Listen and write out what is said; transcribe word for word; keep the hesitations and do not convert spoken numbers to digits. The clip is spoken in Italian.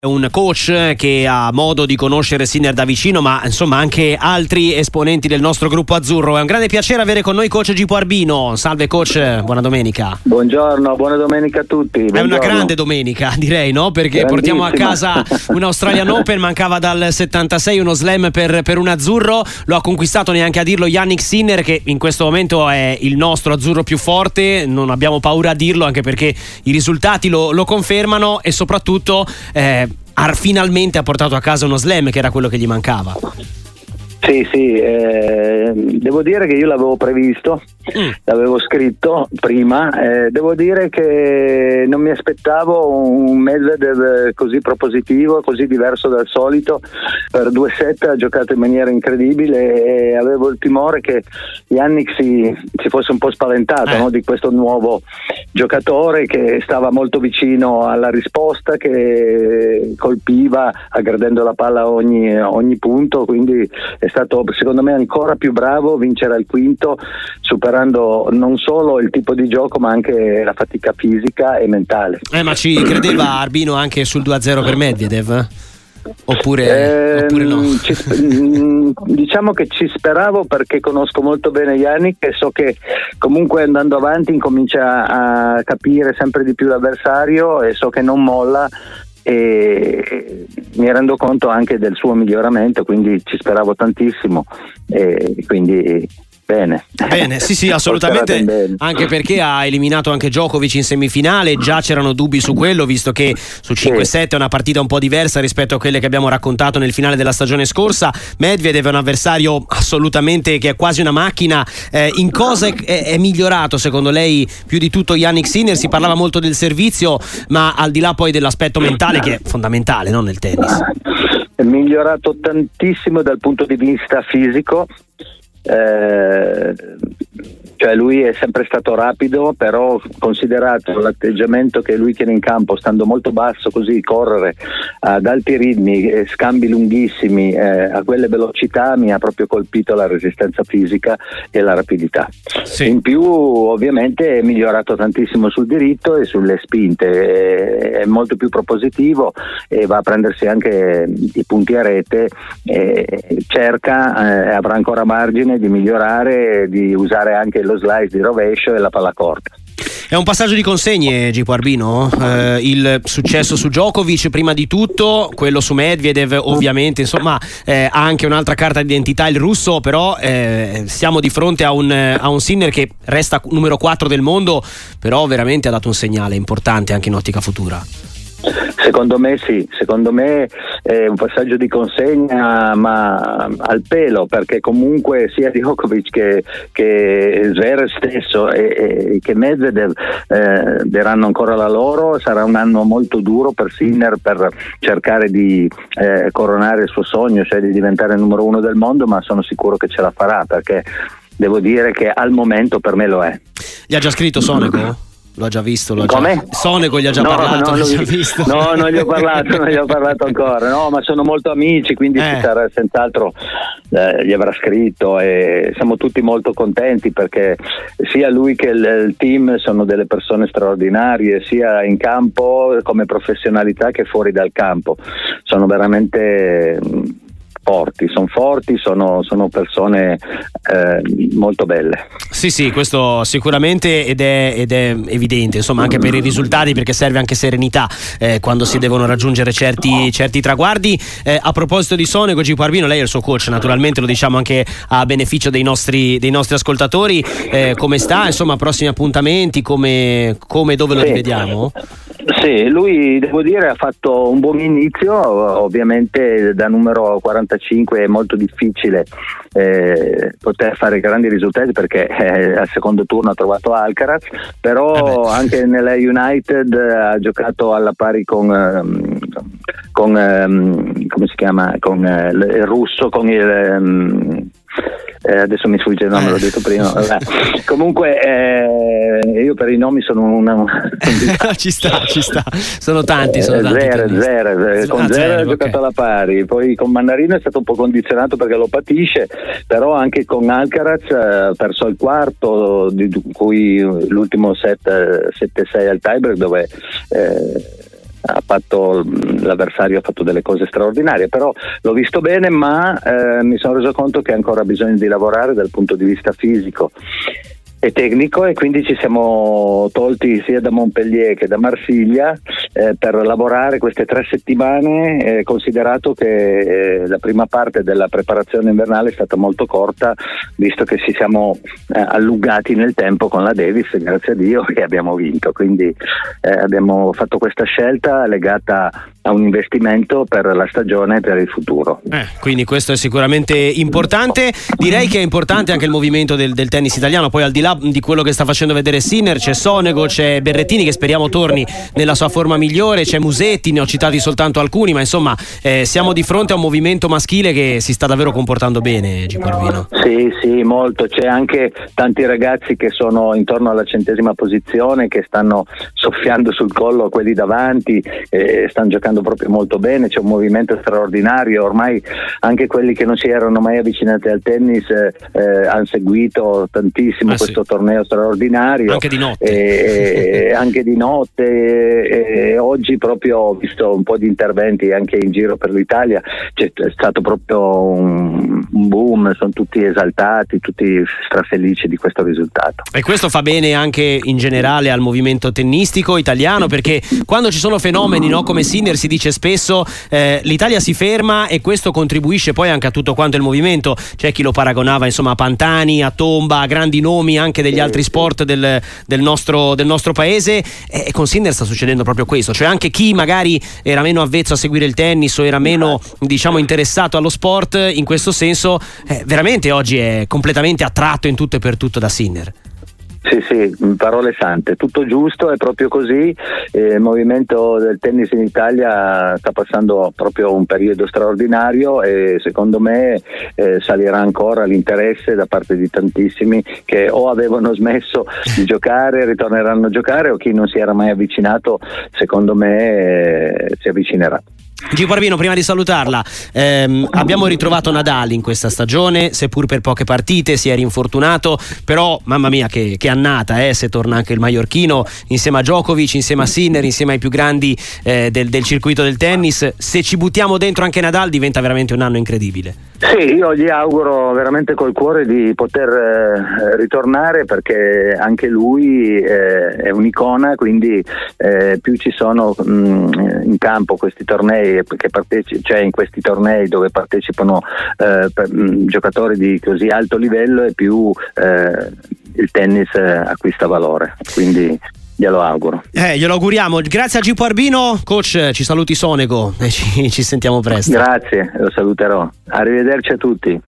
un coach che ha modo di conoscere Sinner da vicino, ma insomma anche altri esponenti del nostro gruppo azzurro. È un grande piacere avere con noi coach Gipo Arbino. Salve coach, buona domenica. Buongiorno, buona domenica a tutti. Buongiorno. È una grande domenica, direi, no? Perché portiamo a casa un Australian Open, mancava dal settantasei uno slam per, per un azzurro, lo ha conquistato, neanche a dirlo, Jannik Sinner, che in questo momento è il nostro azzurro più forte. Non abbiamo paura a dirlo, anche perché i risultati lo, lo confermano, e soprattutto eh, ha finalmente ha portato a casa uno slam, che era quello che gli mancava. Sì, sì, eh, devo dire che io l'avevo previsto, mm. l'avevo scritto prima, eh, devo dire che non mi aspettavo un Medvedev così propositivo, così diverso dal solito. Per due set ha giocato in maniera incredibile e avevo il timore che Jannik si, si fosse un po' spaventato eh. no, di questo nuovo giocatore che stava molto vicino alla risposta, che colpiva aggredendo la palla a ogni, a ogni punto, quindi è stato secondo me ancora più bravo, vincere al quinto, superando non solo il tipo di gioco ma anche la fatica fisica e mentale. Eh, ma ci credeva Arbino anche sul due a zero per Medvedev? Oppure, eh, oppure no? Ci, diciamo che ci speravo, perché conosco molto bene Jannik e so che comunque andando avanti incomincia a capire sempre di più l'avversario e so che non molla, e mi rendo conto anche del suo miglioramento, quindi ci speravo tantissimo, e quindi bene. Bene, sì sì, assolutamente, anche perché ha eliminato anche Djokovic in semifinale. Già c'erano dubbi su quello, visto che su cinque sette sì. è una partita un po' diversa rispetto a quelle che abbiamo raccontato nel finale della stagione scorsa. Medvedev è un avversario assolutamente che è quasi una macchina. Eh, in cosa è, è, è migliorato secondo lei più di tutto Jannik Sinner? Si parlava molto del servizio, ma al di là poi dell'aspetto mentale, che è fondamentale, no, nel tennis. È migliorato tantissimo dal punto di vista fisico. Eh, cioè lui è sempre stato rapido, però considerato l'atteggiamento che lui tiene in campo, stando molto basso, così correre ad alti ritmi, eh, scambi lunghissimi, eh, a quelle velocità, mi ha proprio colpito la resistenza fisica e la rapidità. Sì. In più ovviamente è migliorato tantissimo sul diritto e sulle spinte, è molto più propositivo e va a prendersi anche i punti a rete, e cerca, eh, avrà ancora margine di migliorare, di usare anche lo slice di rovescio e la palla corta. È un passaggio di consegne, Gipo Arbino, eh, il successo su Djokovic prima di tutto, quello su Medvedev ovviamente, insomma eh, ha anche un'altra carta d'identità il russo, però eh, siamo di fronte a un, a un Sinner che resta numero quattro del mondo, però veramente ha dato un segnale importante anche in ottica futura. Secondo me sì, secondo me è un passaggio di consegna, ma al pelo, perché comunque sia Djokovic che, che Zverev stesso e, e che Medvedev eh, daranno ancora la loro. Sarà un anno molto duro per Sinner per cercare di eh, coronare il suo sogno, cioè di diventare il numero uno del mondo, ma sono sicuro che ce la farà, perché devo dire che al momento per me lo è. Gli ha già scritto Sonego? Lo ha già visto? Lo ha Come? Già... Sonego gli ha già no, parlato? No, l'ha lui... già visto. no, non gli ho parlato, non gli ho parlato ancora. No, ma sono molto amici, quindi eh. ci sarà, senz'altro eh, gli avrà scritto, e siamo tutti molto contenti, perché sia lui che il, il team sono delle persone straordinarie, sia in campo come professionalità che fuori dal campo. Sono veramente forti, sono forti, sono, sono persone eh, molto belle. Sì sì, questo sicuramente, ed è, ed è evidente, insomma, anche per i risultati, perché serve anche serenità eh, quando si devono raggiungere certi, certi traguardi. Eh, a proposito di Sonego, Gipo Arbino, lei è il suo coach, naturalmente lo diciamo anche a beneficio dei nostri, dei nostri ascoltatori, eh, come sta, insomma, prossimi appuntamenti, come, come dove lo sì. rivediamo? Sì, lui devo dire ha fatto un buon inizio, ovviamente da numero quarantacinque è molto difficile eh, poter fare grandi risultati, perché eh, al secondo turno ha trovato Alcaraz, però eh anche nella United ha giocato alla pari con, um, con um, come si chiama, con uh, il russo, con il um, Eh, adesso mi sfugge il nome, eh. l'ho detto prima. Comunque eh, io per i nomi sono una, una... ci sta, ci sta, sono tanti, sono eh, tanti Zverev, Zverev, con ah, Zverev ha giocato okay. alla pari, poi con Mannarino è stato un po' condizionato perché lo patisce, però anche con Alcaraz ha perso il quarto, di cui l'ultimo set sette sei al tiebreak, dove eh, ha fatto, l'avversario ha fatto delle cose straordinarie, però l'ho visto bene, ma eh, mi sono reso conto che ha ancora bisogno di lavorare dal punto di vista fisico e tecnico, e quindi ci siamo tolti sia da Montpellier che da Marsiglia eh, per lavorare queste tre settimane, eh, considerato che eh, la prima parte della preparazione invernale è stata molto corta, visto che ci siamo eh, allungati nel tempo con la Davis, grazie a Dio, e abbiamo vinto. Quindi eh, abbiamo fatto questa scelta legata a un investimento per la stagione e per il futuro. Eh, quindi questo è sicuramente importante. Direi che è importante anche il movimento del, del tennis italiano, poi al di là di quello che sta facendo vedere Sinner, c'è Sonego, c'è Berrettini che speriamo torni nella sua forma migliore, c'è Musetti, ne ho citati soltanto alcuni, ma insomma eh, siamo di fronte a un movimento maschile che si sta davvero comportando bene, G. Parvino. Sì, sì, molto. C'è anche tanti ragazzi che sono intorno alla centesima posizione, che stanno soffiando sul collo a quelli davanti, eh, stanno giocando proprio molto bene, c'è un movimento straordinario. Ormai anche quelli che non si erano mai avvicinati al tennis eh, eh, hanno seguito tantissimo ah, questo sì. torneo straordinario, anche di notte, e, e anche di notte e, e oggi proprio ho visto un po' di interventi anche in giro per l'Italia, c'è stato proprio un, un boom, sono tutti esaltati, tutti strafelici di questo risultato, e questo fa bene anche in generale al movimento tennistico italiano, perché quando ci sono fenomeni, no, come Sinner, si dice spesso eh, l'Italia si ferma, e questo contribuisce poi anche a tutto quanto il movimento. C'è chi lo paragonava insomma a Pantani, a Tomba, a grandi nomi anche degli altri sport del, del, nostro, del nostro paese, e con Sinner sta succedendo proprio questo, cioè anche chi magari era meno avvezzo a seguire il tennis o era meno, diciamo, interessato allo sport in questo senso, eh, veramente oggi è completamente attratto in tutto e per tutto da Sinner. Sì, sì, parole sante, tutto giusto, è proprio così. Il movimento del tennis in Italia sta passando proprio un periodo straordinario, e secondo me eh, salirà ancora l'interesse da parte di tantissimi che o avevano smesso di giocare, ritorneranno a giocare, o chi non si era mai avvicinato, secondo me eh, si avvicinerà. G. Parvino, prima di salutarla, ehm, abbiamo ritrovato Nadal in questa stagione, seppur per poche partite, si è rinfortunato, però mamma mia che, che annata, eh, se torna anche il maiorchino insieme a Djokovic, insieme a Sinner, insieme ai più grandi eh, del, del circuito del tennis. Se ci buttiamo dentro anche Nadal diventa veramente un anno incredibile. Sì, io gli auguro veramente col cuore di poter eh, ritornare, perché anche lui eh, è un'icona, quindi eh, più ci sono mh, in campo questi tornei, che parteci- cioè in questi tornei dove partecipano eh, per, mh, giocatori di così alto livello, e più eh, il tennis eh, acquista valore, quindi glielo auguro. Eh, glielo auguriamo. Grazie a G. Parvino. Coach, ci saluti Sonego e ci, ci sentiamo presto. Grazie, lo saluterò. Arrivederci a tutti.